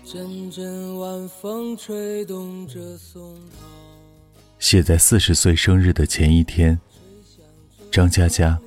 阵阵晚风吹动着松涛。 写在40岁生日的前一天，张嘉佳。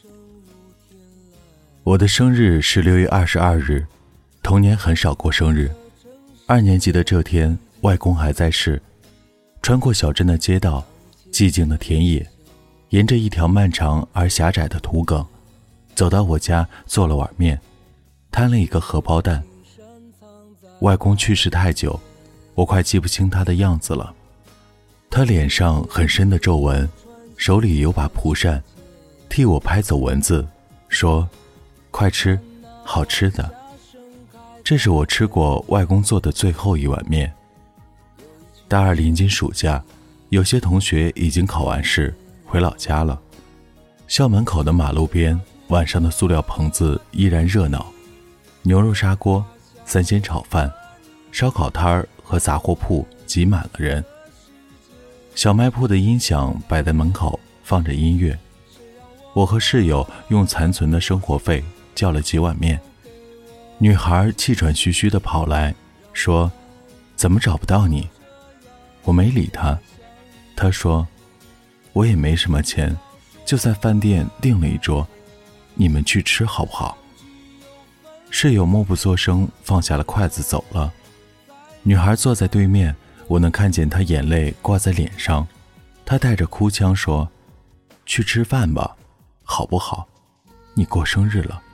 我的生日是6月22日，童年很少过生日。2年级的这天，外公还在世。穿过小镇的街道，寂静的田野，沿着一条漫长而狭窄的土埂，走到我家做了碗面，摊了一个荷包蛋。外公去世太久，我快记不清他的样子了。他脸上很深的皱纹，手里有把蒲扇，替我拍走蚊子，说：“快吃，好吃的。”这是我吃过外公做的最后一碗面。大二临近暑假，有些同学已经考完试回老家了。校门口的马路边，晚上的塑料棚子依然热闹，牛肉砂锅、三鲜炒饭、烧烤摊儿和杂货铺挤满了人。小卖铺的音响摆在门口，放着音乐。我和室友用残存的生活费叫了几碗面。女孩气喘吁吁地跑来，说：“怎么找不到你？”我没理她。她说：“我也没什么钱，就在饭店订了一桌，你们去吃好不好？”室友默不作声放下了筷子走了。女孩坐在对面，我能看见她眼泪挂在脸上。她带着哭腔说：“去吃饭吧，好不好？你过生日了。”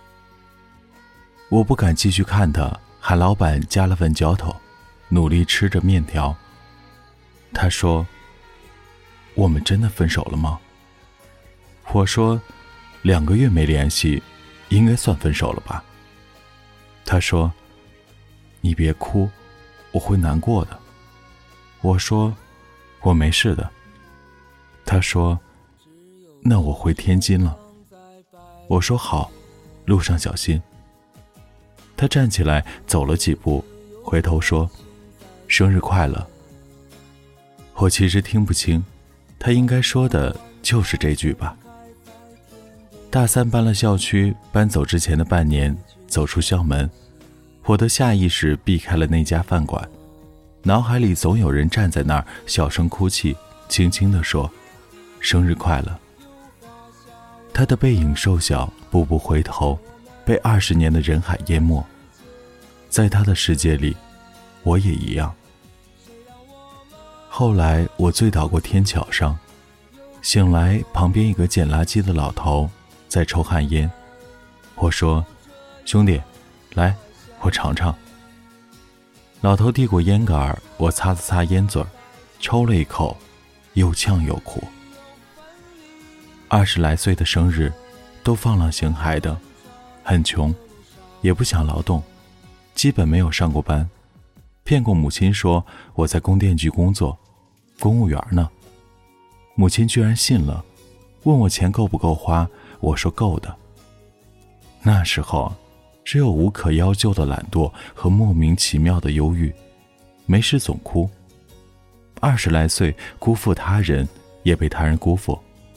我不敢继续看她，喊老板加了份浇头，努力吃着面条。她说：“我们真的分手了吗？”我说：“2个月没联系，应该算分手了吧。”她说：“你别哭，我会难过的。”我说：“我没事的。”她说：“那我回天津了。”我说：“好，路上小心。”她站起来走了几步，回头说：“生日快乐。”我其实听不清，她应该说的就是这句吧。大3搬了校区，搬走之前的半年，走出校门，我的下意识避开了那家饭馆，脑海里总有人站在那儿小声哭泣，轻轻地说：“生日快乐。”他的背影瘦小，步步回头，被20年的人海淹没。在他的世界里，我也一样。后来我醉倒过天桥上，醒来旁边一个捡垃圾的老头在抽旱烟。我说：“兄弟，来，我尝尝。”老头递过烟杆，我擦了擦烟嘴，抽了一口，又呛又苦。20来岁的生日，都放浪形骸的，很穷，也不想劳动，基本没有上过班，骗过母亲说我在供电局工作，公务员呢。母亲居然信了，问我钱够不够花，我说够的。那时候只有无可邀就的懒惰和莫名其妙的忧郁，没事总哭。20来岁辜负他人，也被他人辜负。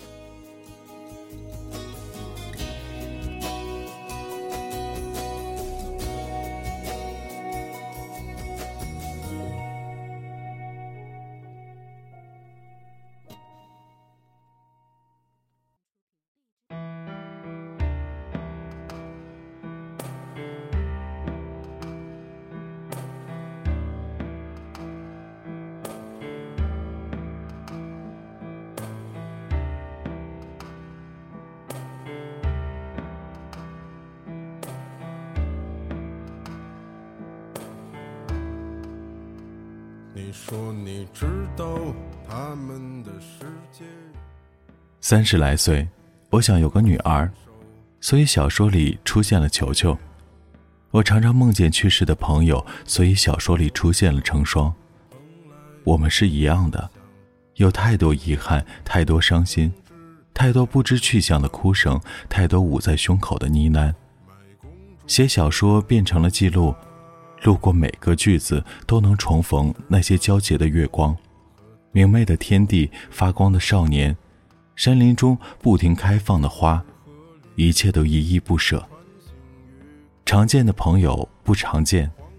你说你知道他们的世界。 30来岁，我想有个女儿，所以小说里出现了球球。我常常梦见去世的朋友，所以小说里出现了成双。我们是一样的，有太多遗憾，太多伤心，太多不知去向的哭声，太多捂在胸口的呢喃。写小说变成了记录，路过每个句子都能重逢那些皎洁的月光，明媚的天地，发光的少年，山林中不停开放的花，一切都依依不舍。常见的朋友不常见，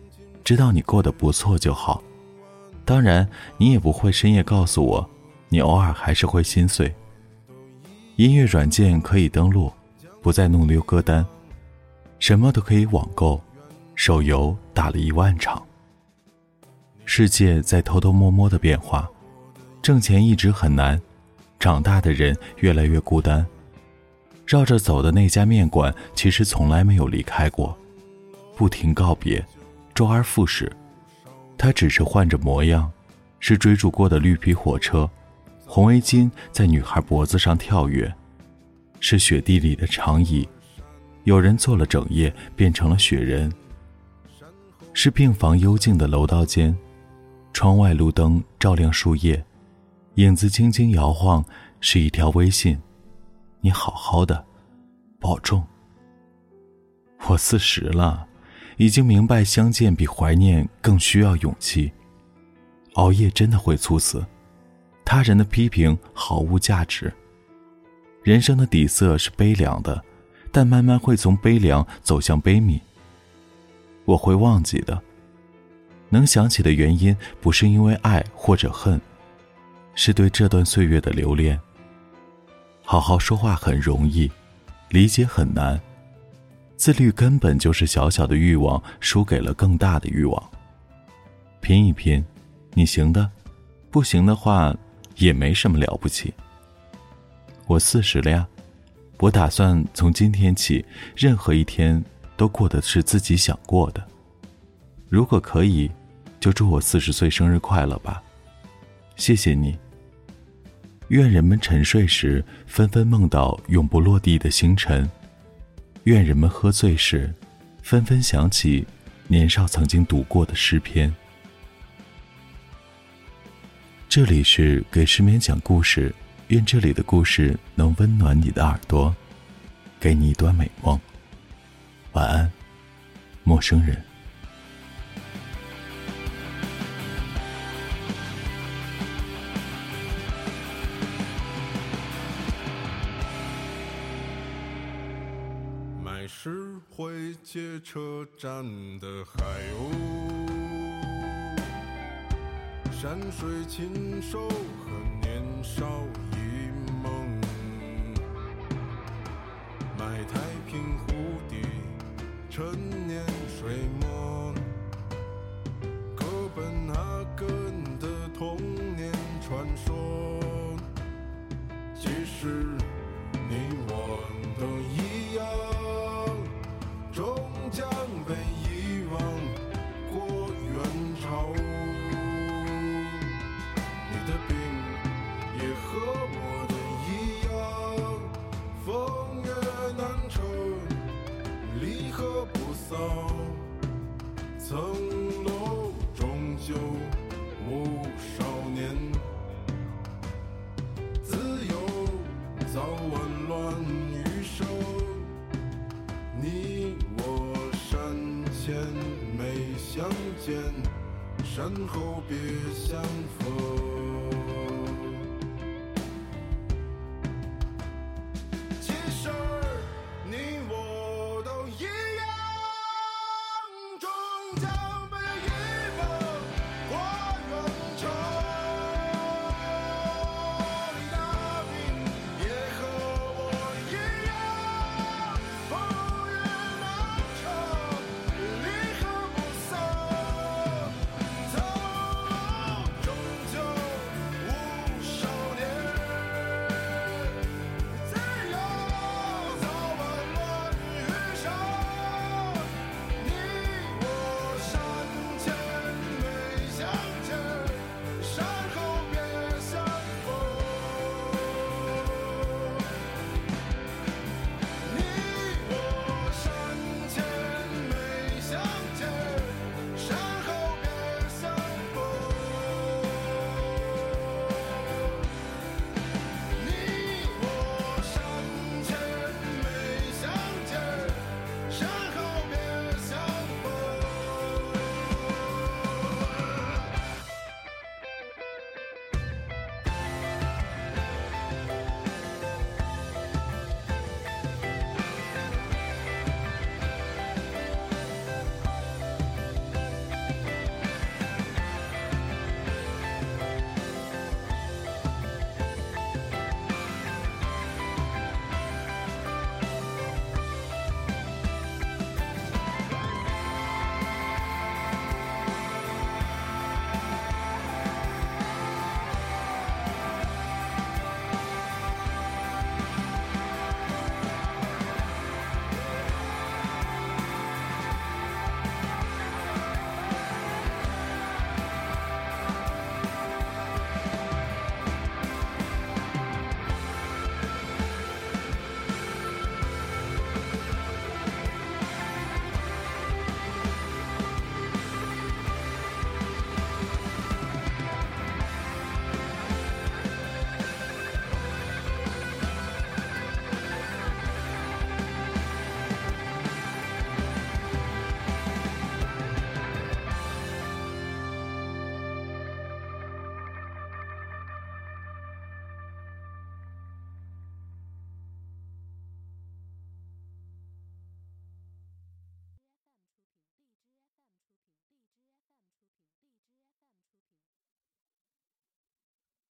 知道你过得不错就好。当然，你也不会深夜告诉我，你偶尔还是会心碎。音乐软件可以登录，不再弄丢歌单，什么都可以网购，手游打了1万场。世界在偷偷摸摸的变化，挣钱一直很难，长大的人越来越孤单。绕着走的那家面馆其实从来没有离开过，不停告别，周而复始。它只是换着模样，是追逐过的绿皮火车，红围巾在女孩脖子上跳跃，是雪地里的长椅，有人坐了整夜变成了雪人，是病房幽静的楼道间，窗外路灯照亮树叶，影子轻轻摇晃，是一条微信，你好好的，保重。我40了，已经明白相见比怀念更需要勇气。熬夜真的会猝死，他人的批评毫无价值。人生的底色是悲凉的，但慢慢会从悲凉走向悲悯。我会忘记的，能想起的原因不是因为爱或者恨，是对这段岁月的留恋。好好说话很容易，理解很难。自律根本就是小小的欲望输给了更大的欲望。拼一拼，你行的，不行的话也没什么了不起。我40了呀，我打算从今天起，任何一天都过得是自己想过的。如果可以，就祝我40岁生日快乐吧。谢谢你。愿人们沉睡时纷纷梦到永不落地的星辰，愿人们喝醉时纷纷想起年少曾经读过的诗篇。这里是给失眠讲故事，愿这里的故事能温暖你的耳朵，给你一段美梦。晚安，陌生人。 买石灰街车站的海鸥，山水禽兽和年少一梦，买太平湖底陈年水墨，哥本哈根的童年传说。其实你我都一样，终将被遗忘过元朝。你的病也和我的一样，风月难酬，离合不骚，层楼终究无少年。自由早晚乱与手，你我山前没相见，山后别相逢。